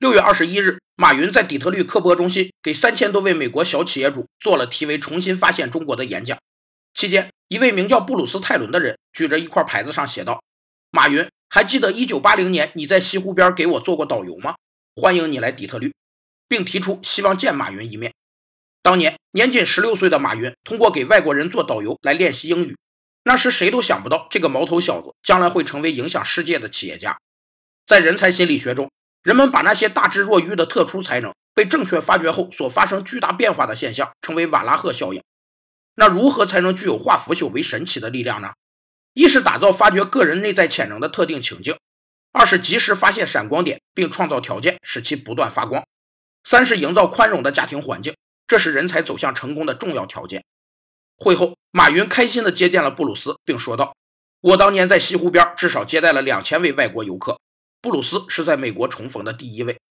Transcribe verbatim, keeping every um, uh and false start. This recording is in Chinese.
六月二十一日，马云在底特律科博中心给三千多位美国小企业主做了题为重新发现中国的演讲。期间，一位名叫布鲁斯泰伦的人举着一块牌子上写道：马云，还记得一九八零年你在西湖边给我做过导游吗？欢迎你来底特律，并提出希望见马云一面。当年年仅十六岁的马云通过给外国人做导游来练习英语，那时谁都想不到这个毛头小子将来会成为影响世界的企业家。在人才心理学中，人们把那些大智若愚的特殊才能被正确发掘后所发生巨大变化的现象称为瓦拉赫效应。那如何才能具有化腐朽为神奇的力量呢？一是打造发掘个人内在潜能的特定情境，二是及时发现闪光点并创造条件使其不断发光，三是营造宽容的家庭环境，这是人才走向成功的重要条件。会后，马云开心地接见了布鲁斯，并说道：我当年在西湖边至少接待了两千位外国游客，布鲁斯是在美国重逢的第一位。